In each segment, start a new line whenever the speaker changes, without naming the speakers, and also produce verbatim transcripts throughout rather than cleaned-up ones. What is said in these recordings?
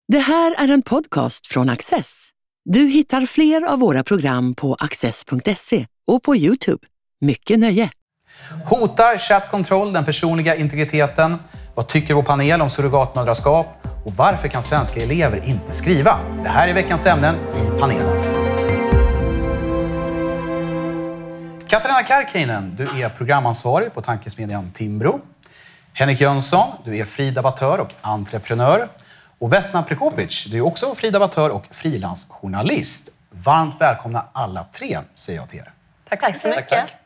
Det här är en podcast från Access. Du hittar fler av våra program på access punkt se och på YouTube. Mycket nöje!
Hotar chat control den personliga integriteten? Vad tycker vår panel om surrogatmödraskap? Och varför kan svenska elever inte skriva? Det här är veckans ämnen i panelen. Katarina Karkiainen, du är programansvarig på tankesmedjan Timbro. Henrik Jönsson, du är fridebattör och entreprenör. Och Vesna Prekopic, du är också fridebattör och frilansjournalist. Varmt välkomna alla tre, säger jag till er.
Tack, tack så mycket. Tack, tack.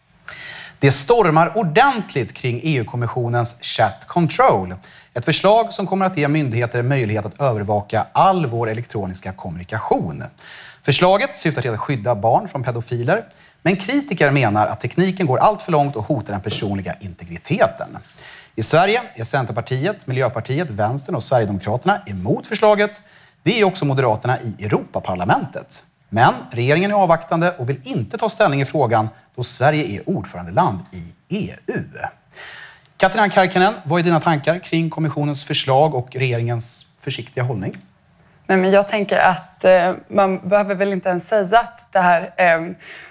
Det stormar ordentligt kring E U-kommissionens chat control. Ett förslag som kommer att ge myndigheter möjlighet att övervaka all vår elektroniska kommunikation. Förslaget syftar till att skydda barn från pedofiler. Men kritiker menar att tekniken går allt för långt och hotar den personliga integriteten. I Sverige är Centerpartiet, Miljöpartiet, Vänstern och Sverigedemokraterna emot förslaget. Det är också Moderaterna i Europaparlamentet. Men regeringen är avvaktande och vill inte ta ställning i frågan då Sverige är ordförandeland i E U. Katarina Karkiainen, vad är dina tankar kring kommissionens förslag och regeringens försiktiga hållning?
Nej, men jag tänker att eh, man behöver väl inte ens säga att det här eh,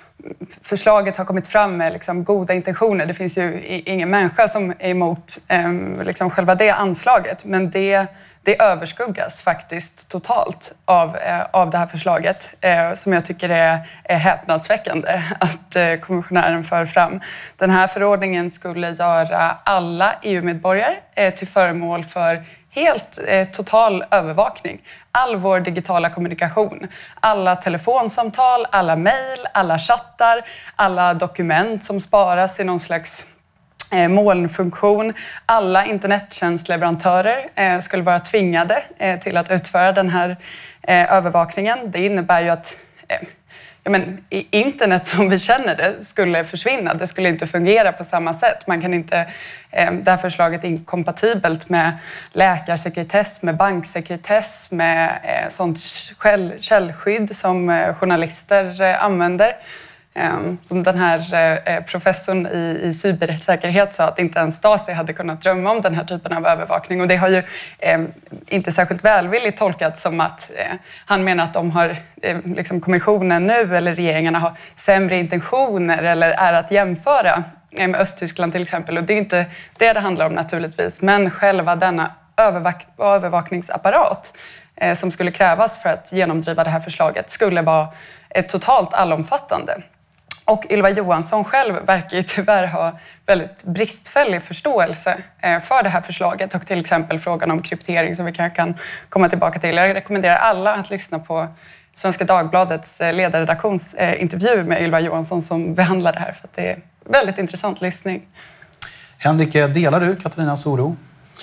förslaget har kommit fram med liksom goda intentioner. Det finns ju ingen människa som är emot eh, liksom själva det anslaget. Men det, det överskuggas faktiskt totalt av, eh, av det här förslaget. Eh, som jag tycker är, är häpnadsväckande att eh, kommissionären för fram. Den här förordningen skulle göra alla E U-medborgare eh, till föremål för helt eh, total övervakning. All vår digitala kommunikation, alla telefonsamtal, alla mejl, alla chattar, alla dokument som sparas i någon slags eh, molnfunktion. Alla internettjänstleverantörer eh, skulle vara tvingade eh, till att utföra den här eh, övervakningen. Det innebär ju att eh, Ja, men internet som vi känner det skulle försvinna. Det skulle inte fungera på samma sätt. Man kan inte, eh, det här förslaget är inkompatibelt med läkarsekretess, med banksekretess, med eh, sånt käll, källskydd som eh, journalister eh, använder. Eh, som den här eh, professorn i, i cybersäkerhet sa att inte ens Stasi hade kunnat drömma om den här typen av övervakning. Och det har ju eh, inte särskilt välvilligt tolkats som att eh, han menar att de har, eh, liksom kommissionen nu eller regeringarna har sämre intentioner eller är att jämföra eh, med Östtyskland till exempel. Och det är inte det det handlar om naturligtvis. Men själva denna övervak- övervakningsapparat eh, som skulle krävas för att genomdriva det här förslaget skulle vara ett totalt allomfattande. Och Ylva Johansson själv verkar ju tyvärr ha väldigt bristfällig förståelse för det här förslaget och till exempel frågan om kryptering som vi kanske kan komma tillbaka till. Jag rekommenderar alla att lyssna på Svenska Dagbladets ledarredaktionsintervju med Ylva Johansson som behandlar det här för att det är väldigt intressant lyssning.
Henrik, delar du Katarinas oro?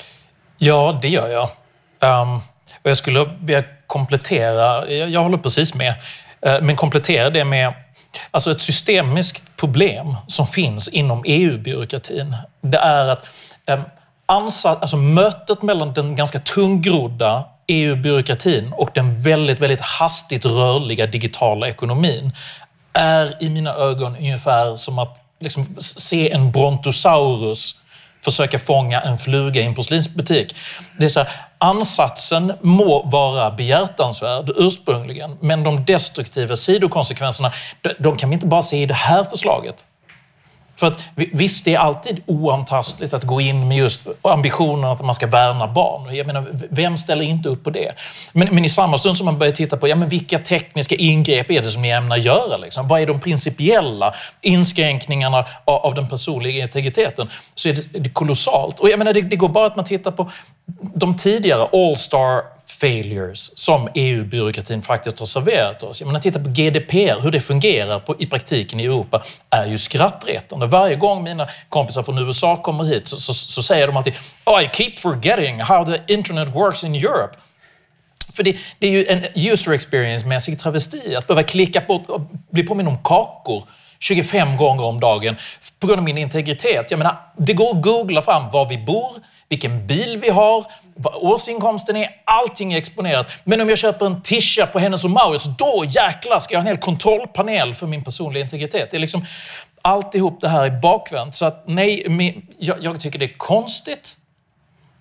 Ja, det gör jag. Um, och jag skulle vilja komplettera, jag, jag håller precis med, uh, men komplettera det med alltså ett systemiskt problem som finns inom E U-byråkratin. Det är att um, ansatt, alltså mötet mellan den ganska tungrodda E U-byråkratin och den väldigt, väldigt hastigt rörliga digitala ekonomin är i mina ögon ungefär som att liksom, se en brontosaurus försöka fånga en fluga i en porslinsbutik. Det är så här, ansatsen må vara behjärtansvärd ursprungligen, men de destruktiva sidokonsekvenserna, de, de kan vi inte bara se i det här förslaget. För att visst, det är alltid oantastligt att gå in med just ambitionen att man ska värna barn. Jag menar, vem ställer inte upp på det? Men, men i samma stund som man börjar titta på ja, men vilka tekniska ingrepp är det som ni ämnar göra? Liksom? Vad är de principiella inskränkningarna av, av den personliga integriteten? Så är det, det är kolossalt. Och jag menar, det, det går bara att man tittar på de tidigare all-star failures som E U-byråkratin faktiskt har serverat oss. Jag menar, titta på G D P R, hur det fungerar på, i praktiken i Europa är ju skrattretande. Varje gång mina kompisar från U S A kommer hit så, så, så säger de alltid oh, I keep forgetting how the internet works in Europe. För det, det är ju en user experience-mässig travesti att behöva klicka på och bli påminn om kakor tjugofem gånger om dagen på grund av min integritet. Jag menar, det går att googla fram var vi bor, vilken bil vi har, vad årsinkomsten är, allting är exponerat. Men om jag köper en tisha på Hennes och Mauritz, då jäklar ska jag ha en hel kontrollpanel för min personliga integritet. Det är liksom alltihop det här är bakvänt. Så att nej, jag, jag tycker det är konstigt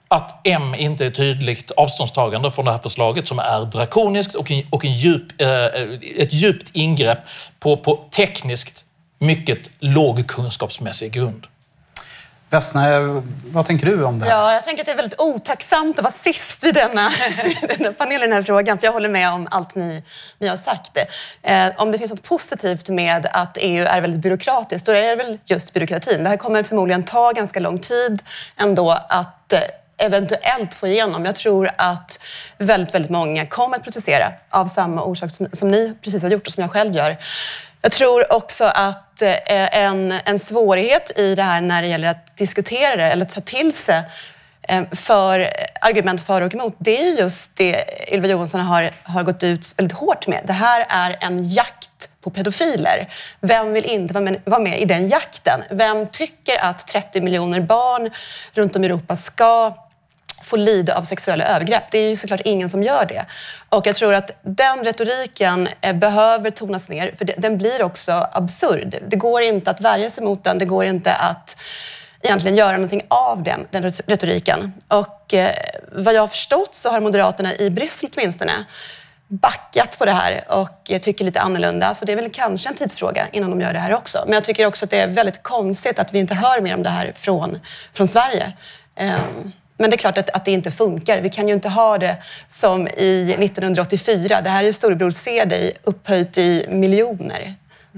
att M inte är tydligt avståndstagande från det här förslaget som är drakoniskt och, en, och en djup, eh, ett djupt ingrepp på, på tekniskt mycket låg kunskapsmässig grund.
Vesna, vad tänker du om det här?
Ja, jag tänker att det är väldigt otacksamt att vara sist i denna, denna panel i den här frågan, för jag håller med om allt ni, ni har sagt. Eh, om det finns något positivt med att E U är väldigt byråkratiskt, då är det väl just byråkratin. Det här kommer förmodligen ta ganska lång tid ändå att eh, eventuellt få igenom. Jag tror att väldigt, väldigt många kommer att protestera av samma orsak som, som ni precis har gjort och som jag själv gör. Jag tror också att en, en svårighet i det här när det gäller att diskutera det eller ta till sig för argument för och emot, det är just det Ylva Johansson har, har gått ut väldigt hårt med. Det här är en jakt på pedofiler. Vem vill inte vara med, vara med i den jakten? Vem tycker att trettio miljoner barn runt om i Europa ska få lida av sexuella övergrepp? Det är ju såklart ingen som gör det. Och jag tror att den retoriken behöver tonas ner, för den blir också absurd. Det går inte att värja sig mot den, det går inte att egentligen göra någonting av den, den retoriken. Och eh, vad jag har förstått så har Moderaterna i Bryssel åtminstone backat på det här och tycker lite annorlunda. Så det är väl kanske en tidsfråga innan de gör det här också. Men jag tycker också att det är väldigt konstigt att vi inte hör mer om det här från, från Sverige. Um, Men det är klart att, att det inte funkar. Vi kan ju inte ha det som i nittonhundraåttiofyra. Det här är Storebror ser dig upphöjt i miljoner.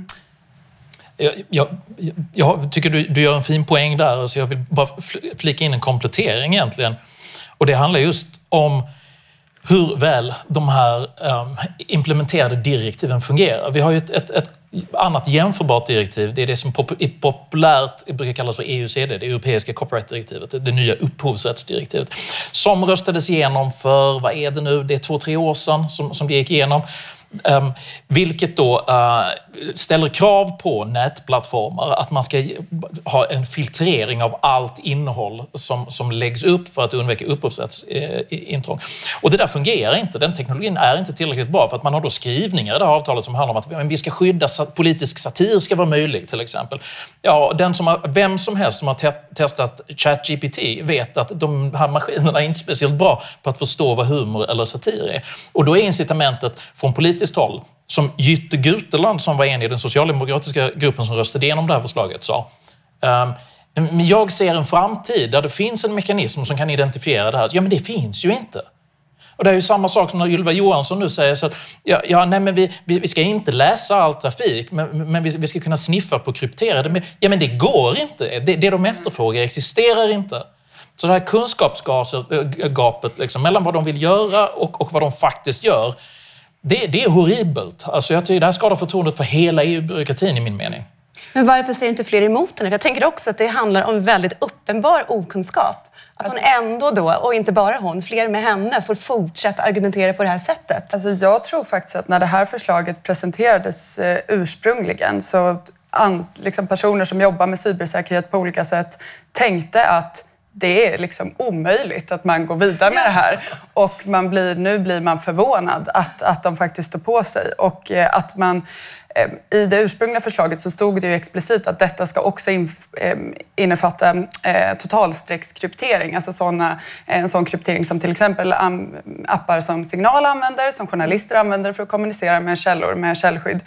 Jag, jag, jag tycker du, du gör en fin poäng där. Så jag vill bara flika in en komplettering egentligen. Och det handlar just om hur väl de här um, implementerade direktiven fungerar. Vi har ju ett, ett, ett annat jämförbart direktiv. Det är det som är populärt brukar kallas för E U C D, det europeiska copyright-direktivet, det nya upphovsrättsdirektivet, som röstades igenom för, vad är det nu, det är två, tre år sedan som, som det gick igenom. Um, vilket då uh, ställer krav på nätplattformar att man ska ha en filtrering av allt innehåll som, som läggs upp för att undvika upphovsrättsintrång. Och det där fungerar inte. Den teknologin är inte tillräckligt bra för att man har då skrivningar i det här avtalet som handlar om att men vi ska skydda politisk satir ska vara möjlig till exempel. Ja, den som har, vem som helst som har te- testat ChatGPT vet att de här maskinerna är inte speciellt bra på att förstå vad humor eller satir är. Och då är incitamentet från politiskt håll, som Jytte Guteland som var en i den socialdemokratiska gruppen som röstade igenom det här förslaget sa. Men jag ser en framtid där det finns en mekanism som kan identifiera det här. Ja, men det finns ju inte. Och det är ju samma sak som när Ylva Johansson nu säger så att ja, ja nej, men vi, vi, vi ska inte läsa all trafik, men, men vi, vi ska kunna sniffa på krypterade. Men, ja, men det går inte. Det, det de efterfrågar existerar inte. Så det här kunskapsgapet liksom, mellan vad de vill göra och, och vad de faktiskt gör, Det, det är horribelt. Alltså jag tycker det här skadar förtroendet för hela E U-byråkratin i min mening.
Men varför ser inte fler emot henne? Jag tänker också att det handlar om väldigt uppenbar okunskap. Att alltså, hon ändå då, och inte bara hon, fler med henne får fortsätta argumentera på det här sättet.
Alltså jag tror faktiskt att när det här förslaget presenterades eh, ursprungligen så an, liksom personer som jobbar med cybersäkerhet på olika sätt tänkte att det är liksom omöjligt att man går vidare med det här. Och man blir, nu blir man förvånad att, att de faktiskt står på sig. Och att man, i det ursprungliga förslaget så stod det ju explicit att detta ska också innefatta totalstreckskryptering. Alltså såna, en sån kryptering som till exempel appar som Signal använder, som journalister använder för att kommunicera med källor med källskydd.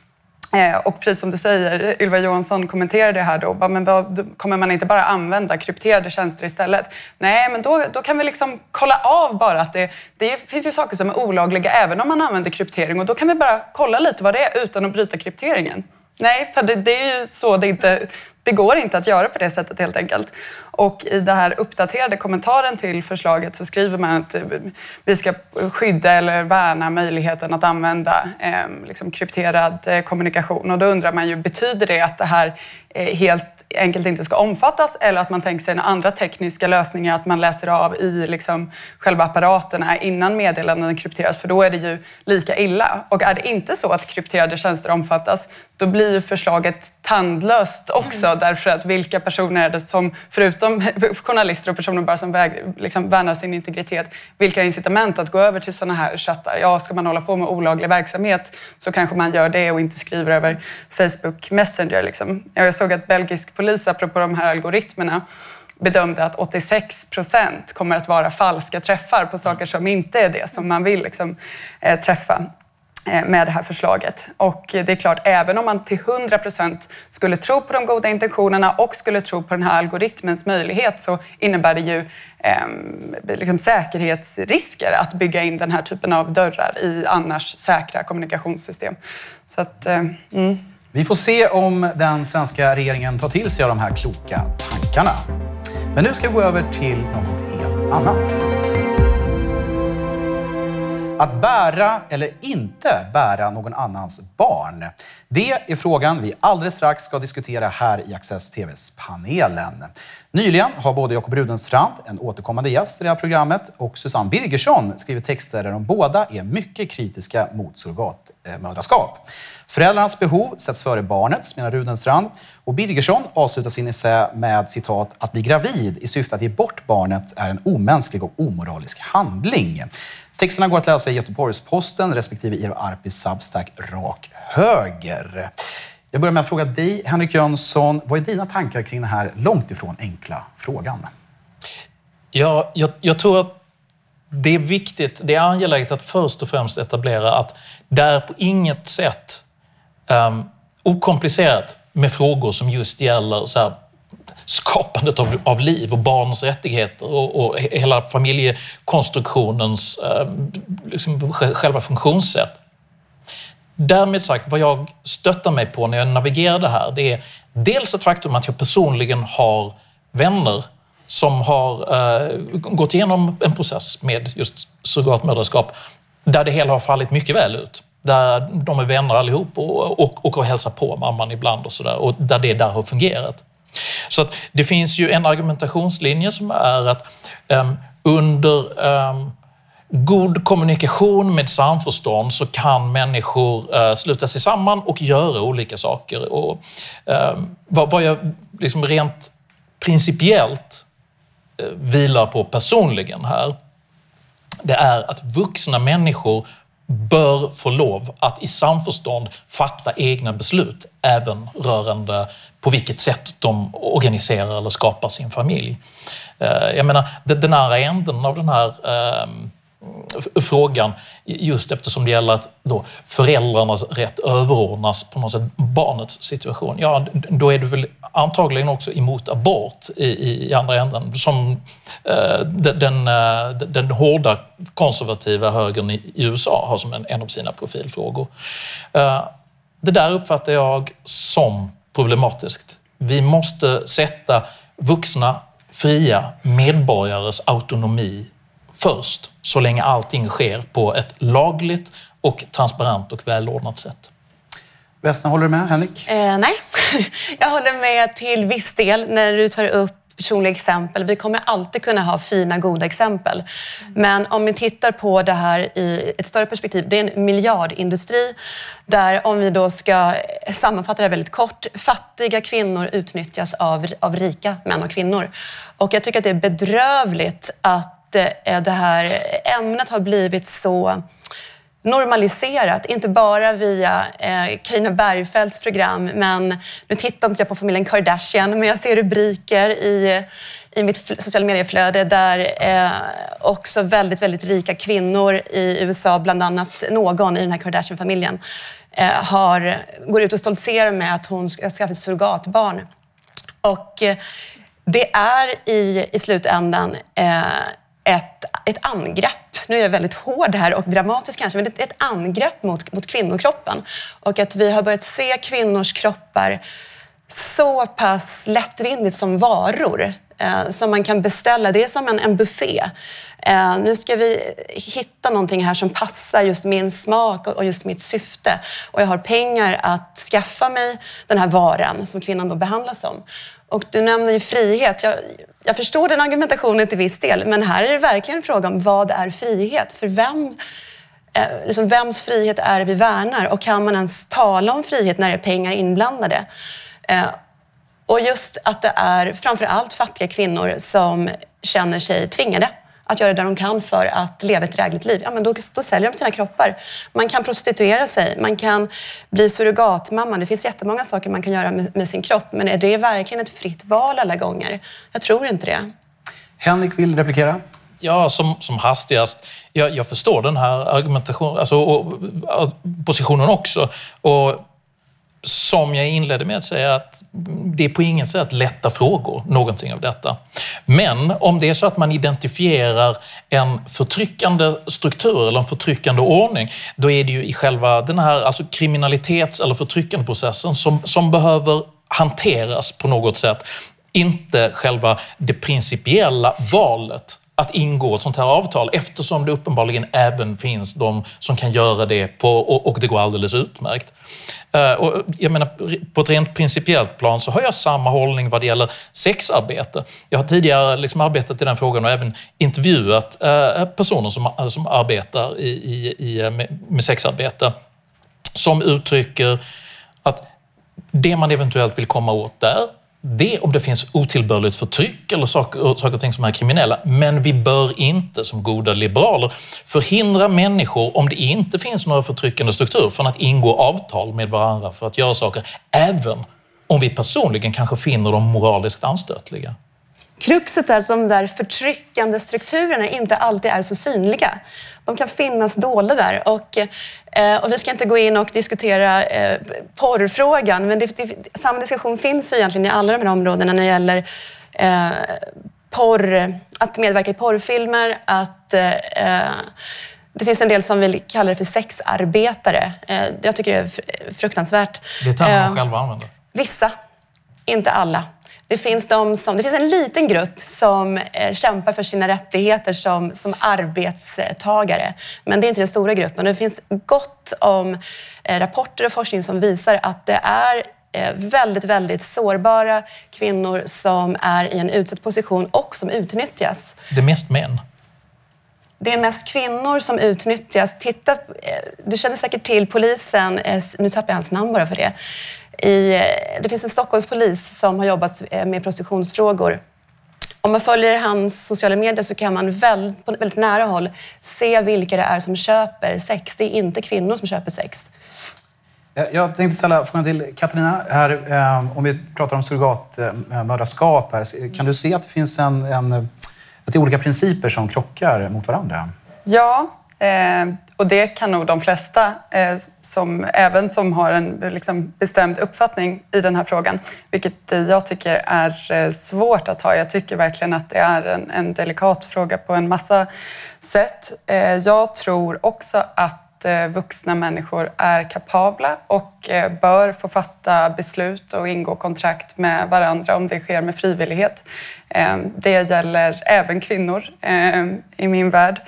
Och precis som du säger, Ylva Johansson kommenterade det här då, men då kommer man inte bara använda krypterade tjänster istället? Nej, men då, då kan vi liksom kolla av bara att det, det finns ju saker som är olagliga även om man använder kryptering, och då kan vi bara kolla lite vad det är utan att bryta krypteringen. Nej, för det, det är ju så det inte... Det går inte att göra på det sättet helt enkelt. Och i den här uppdaterade kommentaren till förslaget så skriver man att vi ska skydda eller värna möjligheten att använda eh, liksom krypterad eh, kommunikation. Och då undrar man ju, betyder det att det här eh, helt enkelt inte ska omfattas, eller att man tänker sig andra tekniska lösningar, att man läser av i liksom själva apparaterna innan meddelanden krypteras, för då är det ju lika illa. Och är det inte så att krypterade tjänster omfattas, då blir ju förslaget tandlöst också, mm. därför att vilka personer är det som, förutom journalister och personer bara som väg, liksom värnar sin integritet, vilka incitament att gå över till sådana här chattar? Ja, ska man hålla på med olaglig verksamhet så kanske man gör det och inte skriver över Facebook Messenger. Liksom. Jag såg att belgisk polis, apropå de här algoritmerna, bedömde att åttiosex procent kommer att vara falska träffar på saker som inte är det som man vill liksom, eh, träffa med det här förslaget. Och det är klart, även om man till hundra procent skulle tro på de goda intentionerna och skulle tro på den här algoritmens möjlighet, så innebär det ju eh, liksom säkerhetsrisker att bygga in den här typen av dörrar i annars säkra kommunikationssystem. Så att, eh, mm.
Vi får se om den svenska regeringen tar till sig av de här kloka tankarna. Men nu ska vi gå över till något helt annat. Att bära eller inte bära någon annans barn. Det är frågan vi alldeles strax ska diskutera här i Access T V:s panelen. Nyligen har både Jakob Rudenstrand, en återkommande gäst i det här programmet, och Susanne Birgersson skrivit texter där de båda är mycket kritiska mot surrogatmödraskap. Föräldrarnas behov sätts före barnets, menar Rudenstrand. Och Birgersson avslutar sin essä med citat: att bli gravid i syfte att ge bort barnet är en omänsklig och omoralisk handling. Texterna går att läsa i Göteborgs-Posten respektive i Arpis Substack Rak Höger. Jag börjar med att fråga dig, Henrik Jönsson, vad är dina tankar kring den här långt ifrån enkla frågan?
Ja, jag, jag tror att det är viktigt, det är angeläget att först och främst etablera att det är på inget sätt um, okomplicerat med frågor som just gäller så här, skapandet av, av liv och barns rättigheter och, och hela familjekonstruktionens eh, liksom, själva funktionssätt. Därmed sagt, vad jag stöttar mig på när jag navigerar det här, det är dels ett faktum att jag personligen har vänner som har eh, gått igenom en process med just surrogatmödraskap där det hela har fallit mycket väl ut. Där de är vänner allihop och, och, och, och hälsar på mamman ibland och sådär, och där det där har fungerat. Så att det finns ju en argumentationslinje som är att um, under um, god kommunikation med samförstånd så kan människor uh, sluta sig samman och göra olika saker. Och, um, vad, vad jag liksom rent principiellt uh, vilar på personligen här, det är att vuxna människor bör få lov att i samförstånd fatta egna beslut, även rörande på vilket sätt de organiserar eller skapar sin familj. Jag menar, den här änden av den här eh, frågan, just eftersom det gäller att då föräldrarnas rätt överordnas på något sätt barnets situation, ja, då är du väl antagligen också emot abort i, i andra änden, som eh, den, den, den hårda konservativa högern i U S A har som en, en av sina profilfrågor. Eh, det där uppfattar jag som problematiskt. Vi måste sätta vuxna, fria medborgares autonomi först, så länge allting sker på ett lagligt och transparent och välordnat sätt.
Vesna, håller du med, Henrik?
Eh, nej, jag håller med till viss del när du tar upp personliga exempel. Vi kommer alltid kunna ha fina, goda exempel. Men om vi tittar på det här i ett större perspektiv, det är en miljardindustri där, om vi då ska sammanfatta det väldigt kort, fattiga kvinnor utnyttjas av, av rika män och kvinnor. Och jag tycker att det är bedrövligt att det här ämnet har blivit så normaliserat, inte bara via eh, Carina Bergfeldts program, men nu tittar inte jag på familjen Kardashian, men jag ser rubriker i, i mitt sociala medieflöde där eh, också väldigt, väldigt rika kvinnor i U S A, bland annat någon i den här Kardashian-familjen, eh, har, går ut och stoltserar med att hon ska skaffa ett surrogatbarn. Och eh, det är i, i slutändan eh, Ett, ett angrepp, nu är jag väldigt hård här och dramatisk kanske, men det är ett angrepp mot, mot kvinnokroppen. Och att vi har börjat se kvinnors kroppar så pass lättvindigt som varor eh, som man kan beställa. Det är som en, en buffé. Eh, nu ska vi hitta någonting här som passar just min smak och, och just mitt syfte. Och jag har pengar att skaffa mig den här varan som kvinnan då behandlas som. Och du nämner ju frihet. Jag, jag förstår den argumentationen till viss del, men här är det verkligen en fråga om vad är frihet? För vem, eh, liksom vems frihet är det vi värnar? Och kan man ens tala om frihet när det är pengar inblandade? Eh, och just att det är framförallt fattiga kvinnor som känner sig tvingade att göra det de kan för att leva ett drägligt liv, ja, men då, då säljer de sina kroppar. Man kan prostituera sig, man kan bli surrogatmamma. Det finns jättemånga saker man kan göra med, med sin kropp. Men är det verkligen ett fritt val alla gånger? Jag tror inte det.
Henrik vill replikera.
Ja, som, som hastigast. Jag, jag förstår den här argumentationen, alltså, och, och, positionen också. Och som jag inledde med att säga, att det är på inget sätt lätta frågor, någonting av detta. Men om det är så att man identifierar en förtryckande struktur eller en förtryckande ordning, då är det ju i själva den här alltså kriminalitets- eller förtryckande processen som, som behöver hanteras på något sätt. Inte själva det principiella valet att ingå ett sånt här avtal, eftersom det uppenbarligen även finns de som kan göra det på, och, och det går alldeles utmärkt. Uh, och jag menar, på ett rent principiellt plan så har jag samma hållning vad det gäller sexarbete. Jag har tidigare liksom arbetat i den frågan och även intervjuat uh, personer som, som arbetar i, i, i, med, med sexarbete, som uttrycker att det man eventuellt vill komma åt där, det om det finns otillbörligt förtryck eller saker, saker och ting som är kriminella. Men vi bör inte som goda liberaler förhindra människor, om det inte finns några förtryckande strukturer, från att ingå avtal med varandra för att göra saker, även om vi personligen kanske finner dem moraliskt anstötliga.
Kruxet är att de där förtryckande strukturerna inte alltid är så synliga. De kan finnas dolda där. Och, eh, och vi ska inte gå in och diskutera eh, porrfrågan, men det, det, samma diskussion finns ju egentligen i alla de här områdena när det gäller eh, porr, att medverka i porrfilmer, att eh, det finns en del som vill kalla det för sexarbetare. Eh, jag tycker det är fruktansvärt.
Det är termer man
eh,
själva använder.
Vissa, inte alla. Det finns, de som, det finns en liten grupp som eh, kämpar för sina rättigheter som, som arbetstagare. Men det är inte den stora gruppen. Det finns gott om eh, rapporter och forskning som visar att det är eh, väldigt, väldigt sårbara kvinnor som är i en utsatt position och som utnyttjas.
Det är mest män.
Det är mest kvinnor som utnyttjas. Titta, eh, du känner säkert till polisen, eh, nu tappar jag hans namn bara för det. I, det finns en Stockholmspolis som har jobbat med prostitutionsfrågor. Om man följer hans sociala medier så kan man väldigt, på väldigt nära håll se vilka det är som köper sex. Det är inte kvinnor som köper sex.
Jag tänkte ställa frågan till Katarina här. Om vi pratar om surrogatmödraskap här, kan du se att det finns en, en, att det är olika principer som krockar mot varandra?
Ja, eh, och det kan nog de flesta, eh, som, även som har en liksom, bestämd uppfattning i den här frågan. Vilket jag tycker är eh, svårt att ha. Jag tycker verkligen att det är en, en delikat fråga på en massa sätt. Eh, jag tror också att eh, vuxna människor är kapabla och eh, bör få fatta beslut och ingå kontrakt med varandra om det sker med frivillighet. Eh, det gäller även kvinnor eh, i min värld.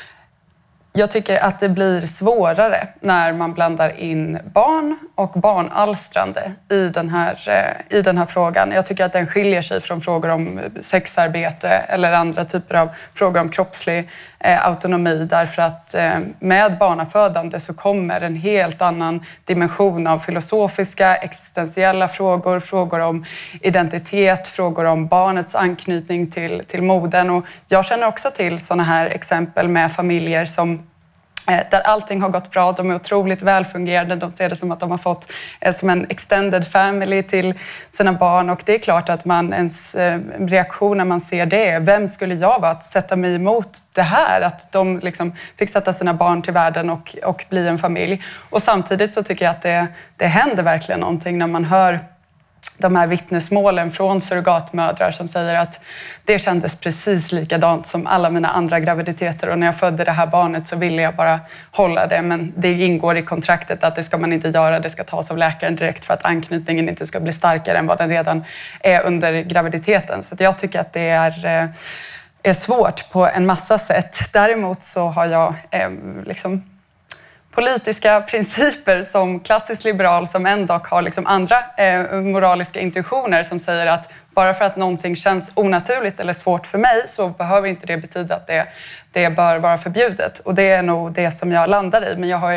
Jag tycker att det blir svårare när man blandar in barn och barnalstrande i den här, i den här frågan. Jag tycker att den skiljer sig från frågor om sexarbete eller andra typer av frågor om kroppslig eh, autonomi. Därför att eh, med barnafödande så kommer en helt annan dimension av filosofiska, existentiella frågor, frågor om identitet, frågor om barnets anknytning till, till modern. Och jag känner också till sådana här exempel med familjer som där allting har gått bra, de är otroligt välfungerande, de ser det som att de har fått som en extended family till sina barn. Och det är klart att man, ens reaktion när man ser det är, vem skulle jag vara att sätta mig emot det här? Att de liksom fick sätta sina barn till världen och, och bli en familj. Och samtidigt så tycker jag att det, det händer verkligen någonting när man hör de här vittnesmålen från surrogatmödrar som säger att det kändes precis likadant som alla mina andra graviditeter, och när jag födde det här barnet så ville jag bara hålla det, men det ingår i kontraktet att det ska man inte göra, det ska tas av läkaren direkt för att anknytningen inte ska bli starkare än vad den redan är under graviditeten. Så jag tycker att det är, är svårt på en massa sätt. Däremot så har jag eh, liksom politiska principer som klassisk liberal som ändå har liksom andra eh, moraliska intuitioner som säger att bara för att någonting känns onaturligt eller svårt för mig så behöver inte det betyda att det, det bör vara förbjudet. Och det är nog det som jag landar i. Men jag har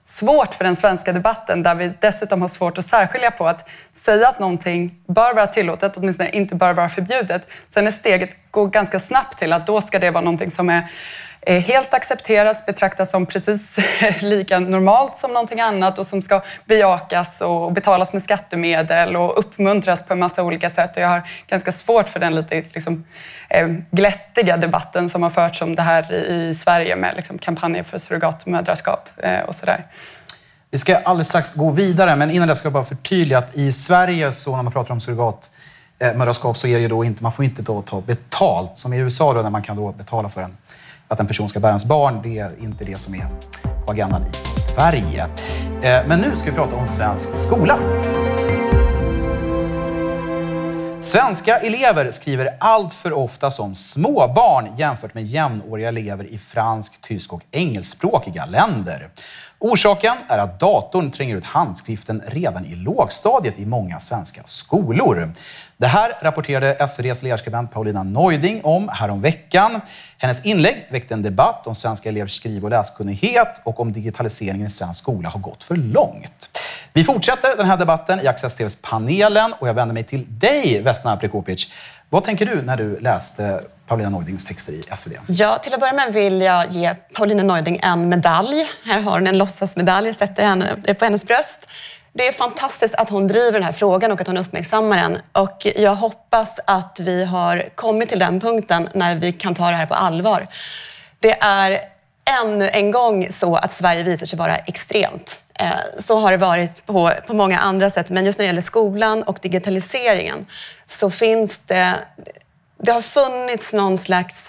svårt för den svenska debatten, där vi dessutom har svårt att särskilja på att säga att någonting bör vara tillåtet, åtminstone inte bör vara förbjudet. Sen är steget går ganska snabbt till att då ska det vara någonting som är helt accepteras, betraktas som precis lika normalt som någonting annat och som ska bejakas och betalas med skattemedel och uppmuntras på en massa olika sätt. Och jag har ganska svårt för den lite liksom, eh, glättiga debatten som har förts om det här i Sverige med liksom, kampanjer för surrogatmödraskap eh, och sådär.
Vi ska alldeles strax gå vidare, men innan det ska jag bara förtydliga att i Sverige så när man pratar om surrogatmödraskap så är det då inte, man får inte då ta betalt som i U S A då, när man kan då betala för en att en person ska bära ens barn. Det är inte det som är på agendan i Sverige. Men nu ska vi prata om svensk skola. Svenska elever skriver allt för ofta som småbarn jämfört med jämnåriga elever i fransk, tysk och engelskspråkiga länder. Orsaken är att datorn tränger ut handskriften redan i lågstadiet i många svenska skolor. Det här rapporterade S V D:s ledarskribent Paulina Neuding om häromveckan. Hennes inlägg väckte en debatt om svenska elevers skriv- och läskunnighet och om digitaliseringen i svensk skola har gått för långt. Vi fortsätter den här debatten i Access T V:s panelen och jag vänder mig till dig, Vesna Prekopic. Vad tänker du när du läste Paulina Neudings texter i S V D?
Ja, till att börja med vill jag ge Paulina Neuding en medalj. Här har hon en låtsasmedalj, jag sätter henne på hennes bröst. Det är fantastiskt att hon driver den här frågan och att hon uppmärksammar den. Och jag hoppas att vi har kommit till den punkten när vi kan ta det här på allvar. Det är ännu en gång så att Sverige visar sig vara extremt. Så har det varit på, på många andra sätt. Men just när det gäller skolan och digitaliseringen så finns det... Det har funnits någon slags...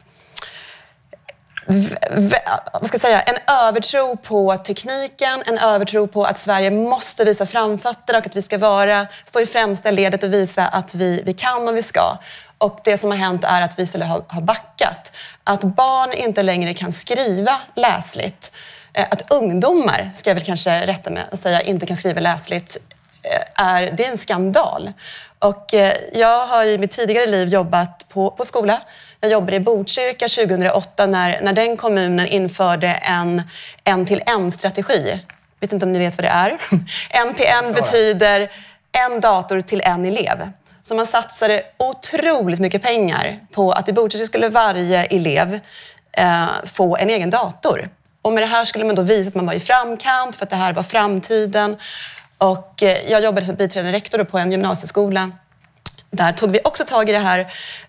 vad ska jag säga, en övertro på tekniken, en övertro på att Sverige måste visa framfötterna och att vi ska vara, stå i främsta ledet och visa att vi, vi kan och vi ska. Och det som har hänt är att vi istället har, har backat. Att barn inte längre kan skriva läsligt. Att ungdomar, ska jag väl kanske rätta med att säga, inte kan skriva läsligt, är, det är en skandal. Och jag har i mitt tidigare liv jobbat på, på skola. Jag jobbade i Botkyrka tjugohundraåtta när, när den kommunen införde en en-till-en-strategi. Jag vet inte om ni vet vad det är. En-till-en betyder en dator till en elev. Så man satsade otroligt mycket pengar på att i Botkyrka skulle varje elev eh, få en egen dator. Och med det här skulle man då visa att man var i framkant för att det här var framtiden. Och eh, jag jobbade som biträdande rektor på en gymnasieskola. Där tog vi också tag i det här.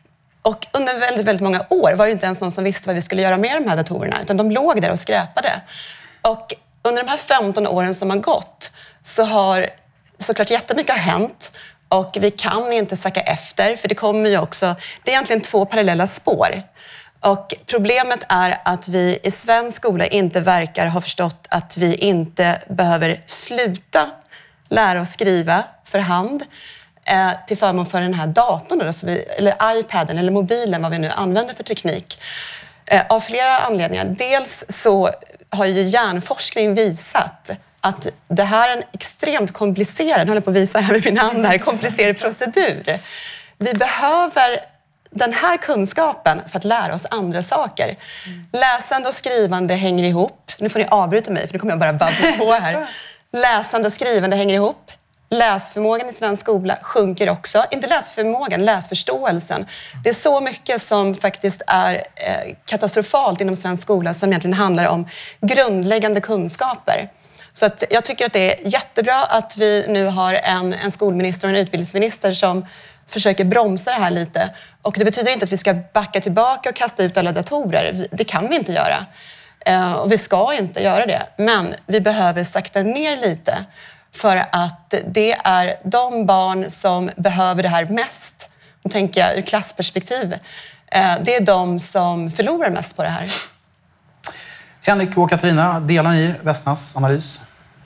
Och under väldigt, väldigt många år var det inte ens någon som visste vad vi skulle göra med de här datorerna. Utan de låg där och skräpade. Och under de här femton åren som har gått så har såklart jättemycket har hänt. Och vi kan inte sacka efter, för det kommer ju också... Det är egentligen två parallella spår. Och problemet är att vi i svensk skola inte verkar ha förstått att vi inte behöver sluta lära oss skriva för hand eh, till förmån för den här datorn, då, så vi, eller iPaden eller mobilen, vad vi nu använder för teknik. Eh, av flera anledningar. Dels så har ju hjärnforskning visat att det här är en extremt komplicerad, jag håller på att visa här med min hand här, komplicerad procedur. Vi behöver den här kunskapen för att lära oss andra saker. Mm. Läsande och skrivande hänger ihop. Nu får ni avbryta mig för nu kommer jag bara babbla på här. Läsande och skrivande hänger ihop. Läsförmågan i svensk skola sjunker också. Inte läsförmågan, läsförståelsen. Det är så mycket som faktiskt är katastrofalt inom svensk skola som egentligen handlar om grundläggande kunskaper. Så att jag tycker att det är jättebra att vi nu har en, en skolminister och en utbildningsminister som försöker bromsa det här lite. Och det betyder inte att vi ska backa tillbaka och kasta ut alla datorer. Det kan vi inte göra. Och vi ska inte göra det. Men vi behöver sakta ner lite. För att det är de barn som behöver det här mest. Nu tänker jag ur klassperspektiv. Det är de som förlorar mest på det här.
Henrik och Katarina, delar ni Vesnas analys?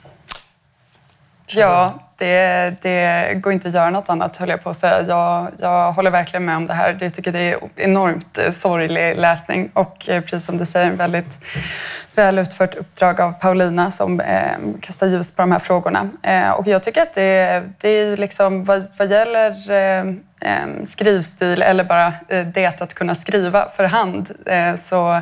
Ja, det, det går inte att göra något annat, höll jag på att säga. Jag, jag håller verkligen med om det här. Jag tycker det är enormt sorglig läsning och precis som du säger, en väldigt väl utfört uppdrag av Paulina som eh, kastar ljus på de här frågorna. Eh, och jag tycker att det, det är liksom, vad, vad gäller eh, skrivstil eller bara eh, det att kunna skriva för hand eh, så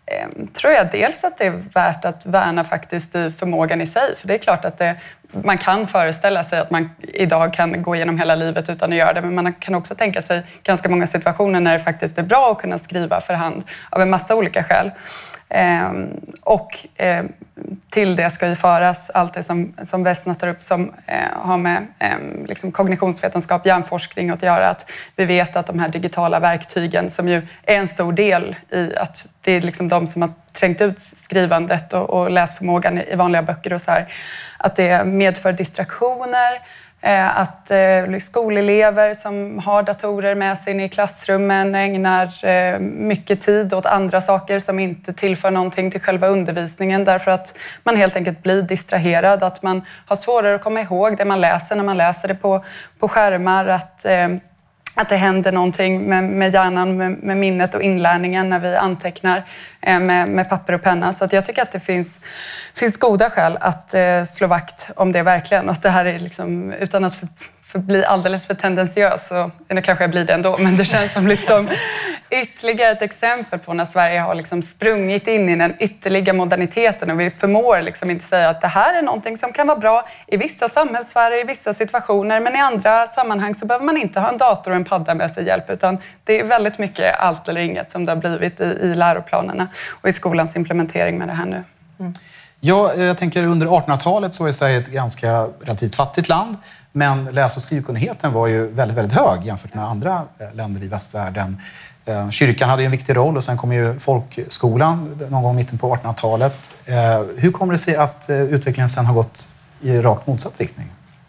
eh, tror jag dels att det är värt att värna faktiskt i förmågan i sig. För det är klart att det, man kan föreställa sig att man idag kan gå igenom hela livet utan att göra det. Men man kan också tänka sig ganska många situationer när det faktiskt är bra att kunna skriva för hand av en massa olika skäl. Eh, och eh, till det ska ju föras allt det som, som Vesna tar upp som eh, har med eh, liksom kognitionsvetenskap, hjärnforskning att göra. Att vi vet att de här digitala verktygen, som ju är en stor del i att det är liksom de som har trängt ut skrivandet och, och läsförmågan i, i vanliga böcker och så här, att det medför distraktioner. Att eh, skolelever som har datorer med sig in i klassrummen ägnar eh, mycket tid åt andra saker som inte tillför någonting till själva undervisningen därför att man helt enkelt blir distraherad. Att man har svårare att komma ihåg det man läser när man läser det på, på skärmar. Att, eh, att det händer någonting med, med hjärnan, med, med minnet och inlärningen när vi antecknar eh, med, med papper och penna. Så att jag tycker att det finns, finns goda skäl att eh, slå vakt om det verkligen. Att det här är liksom, utan att för, för bli alldeles för tendensiös, så nu kanske jag blir det ändå, men det känns som liksom ytterligare ett exempel på när Sverige har liksom sprungit in i den ytterligare moderniteten och vi förmår liksom inte säga att det här är någonting som kan vara bra i vissa samhällssfärer, i vissa situationer, men i andra sammanhang så behöver man inte ha en dator och en padda med sig hjälp, utan det är väldigt mycket allt eller inget som det har blivit i, i läroplanerna och i skolans implementering med det här nu.
Mm. Ja, jag tänker under artonhundratalet så är Sverige ett ganska relativt fattigt land, men läs- och skrivkunnigheten var ju väldigt, väldigt hög jämfört med andra länder i västvärlden. Kyrkan hade ju en viktig roll och sen kom ju folkskolan någon gång i mitten på artonhundratalet. Hur kommer det sig att utvecklingen sen har gått i rakt motsatt riktning?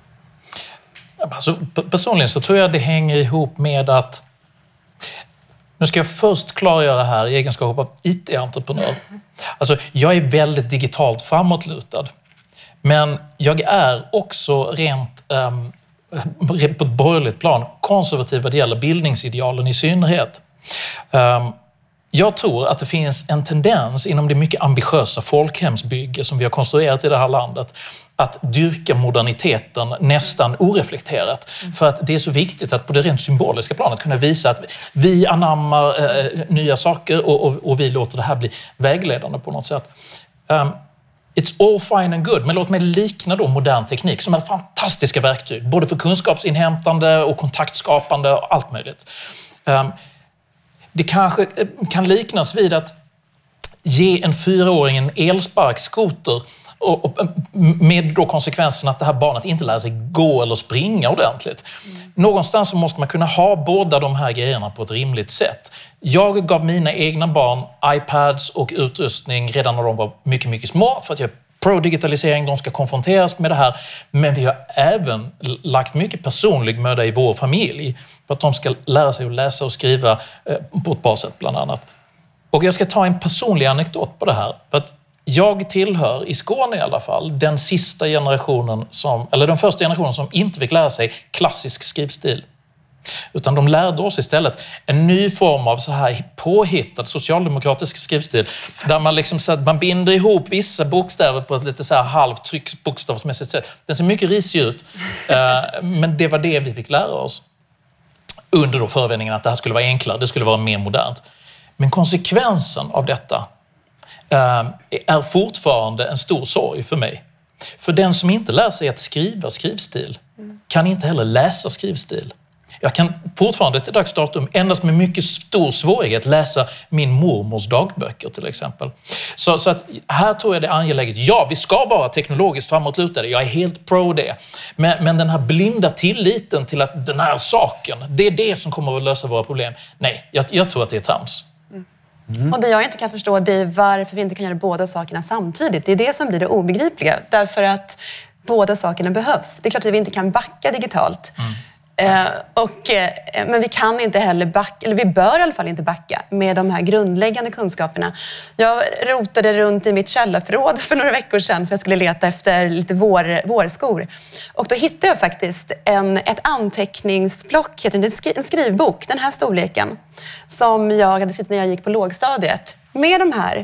Alltså, personligen så tror jag det hänger ihop med att, nu ska jag först klargöra här i egenskap av I T-entreprenör. Alltså, jag är väldigt digitalt framåtlutad. Men jag är också rent um, på ett borgerligt plan konservativ vad det gäller bildningsidealen i synnerhet. Um, jag tror att det finns en tendens inom det mycket ambitiösa folkhemsbygge som vi har konstruerat i det här landet att dyrka moderniteten nästan oreflekterat. Mm. För att det är så viktigt att på det rent symboliska planet kunna visa att vi anammar eh, nya saker och, och, och vi låter det här bli vägledande på något sätt. Um, It's all fine and good, men låt mig likna då modern teknik som är fantastiska verktyg, både för kunskapsinhämtande och kontaktskapande och allt möjligt. Um, det kanske kan liknas vid att ge en fyraåring en elsparkskoter och, och, med då konsekvensen att det här barnet inte lär sig gå eller springa ordentligt. Mm. Någonstans så måste man kunna ha båda de här grejerna på ett rimligt sätt. Jag gav mina egna barn iPads och utrustning redan när de var mycket, mycket små för att jag är pro-digitalisering, de ska konfronteras med det här. Men vi har även lagt mycket personlig möda i vår familj för att de ska lära sig att läsa och skriva på ett bra sätt bland annat. Och jag ska ta en personlig anekdot på det här. För att jag tillhör, i Skåne i alla fall, den sista generationen som, eller den första generationen som inte fick lära sig klassisk skrivstil. Utan de lärde oss istället en ny form av så här påhittad socialdemokratisk skrivstil. Där man liksom så att man binder ihop vissa bokstäver på ett lite så här halvtrycksbokstavsmässigt sätt. Den ser mycket risig ut. Men det var det vi fick lära oss. Under då förevändningen att det här skulle vara enklare, det skulle vara mer modernt. Men konsekvensen av detta är fortfarande en stor sorg för mig. För den som inte lär sig att skriva skrivstil kan inte heller läsa skrivstil. Jag kan fortfarande till dags datum endast med mycket stor svårighet läsa min mormors dagböcker till exempel. Så, så att här tror jag det är angeläget. Ja, vi ska vara teknologiskt framåtlutade. Jag är helt pro det. Men, men den här blinda tilliten till att den här saken, det är det som kommer att lösa våra problem. Nej, jag, jag tror att det är trams.
Mm. Och det jag inte kan förstå det är varför vi inte kan göra båda sakerna samtidigt. Det är det som blir det obegripliga. Därför att båda sakerna behövs. Det är klart att vi inte kan backa digitalt. Mm. Eh, och, eh, men vi kan inte heller backa, eller vi bör i alla fall inte backa med de här grundläggande kunskaperna. Jag rotade runt i mitt källarförråd för några veckor sedan för jag skulle leta efter lite vår, vårskor. Och då hittade jag faktiskt en, ett anteckningsblock, en, skri, en skrivbok, den här storleken, som jag hade sett när jag gick på lågstadiet. Med de här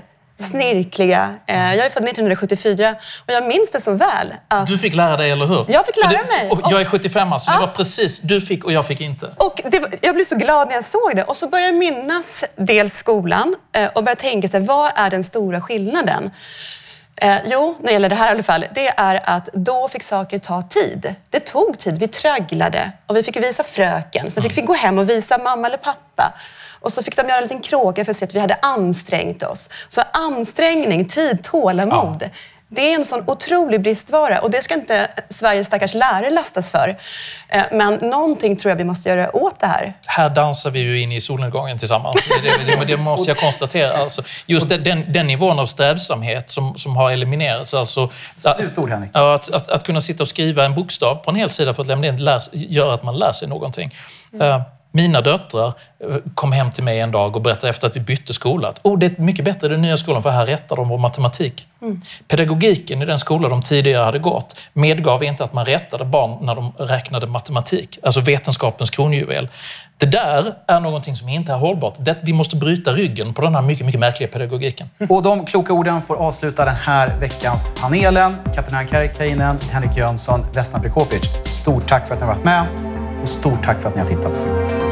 snirkliga. Jag är född nittonhundrasjuttiofyra och jag minns det så väl. Att
du fick lära dig, eller hur?
Jag fick lära
det,
mig.
Och jag är sjuttiofem, så
ja.
det var precis, du fick och jag fick inte.
Och det, jag blev så glad när jag såg det. Och så började jag minnas dels skolan och började tänka sig, vad är den stora skillnaden? Eh, jo, när det gäller det här i alla fall, det är att då fick saker ta tid. Det tog tid, vi tragglade och vi fick visa fröken. Sen fick vi gå hem och visa mamma eller pappa. Och så fick de göra en liten kråka för att se att vi hade ansträngt oss. Så ansträngning, tid, tålamod. Ja. Det är en sån otrolig bristvara och det ska inte Sveriges stackars lärare lastas för. Men någonting tror jag vi måste göra åt det här.
Här dansar vi ju in i solnedgången tillsammans. Det, det, det måste jag konstatera. Alltså, just den, den nivån av strävsamhet som, som har eliminerats. Alltså,
Slutord, Henrik.
Att, att, att kunna sitta och skriva en bokstav på en hel sida för att lämna in gör att man lär sig någonting. Mm. Mina döttrar kom hem till mig en dag och berättade efter att vi bytte skola att oh, det är mycket bättre i den nya skolan för här rättar de vår matematik. Mm. Pedagogiken i den skola de tidigare hade gått medgav inte att man rättade barn när de räknade matematik. Alltså vetenskapens kronjuvel. Det där är någonting som inte är hållbart. Det, vi måste bryta ryggen på den här mycket, mycket märkliga pedagogiken.
Och de kloka orden får avsluta den här veckans panelen. Katarina Karkiainen, Henrik Jönsson, Vesna Prekopic. Stort tack för att ni har varit med. Och stort tack för att ni har tittat.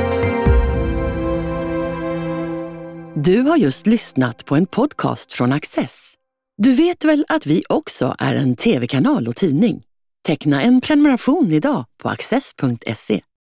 Du har just lyssnat på en podcast från Access. Du vet väl att vi också är en tv-kanal och tidning? Teckna en prenumeration idag på access punkt se.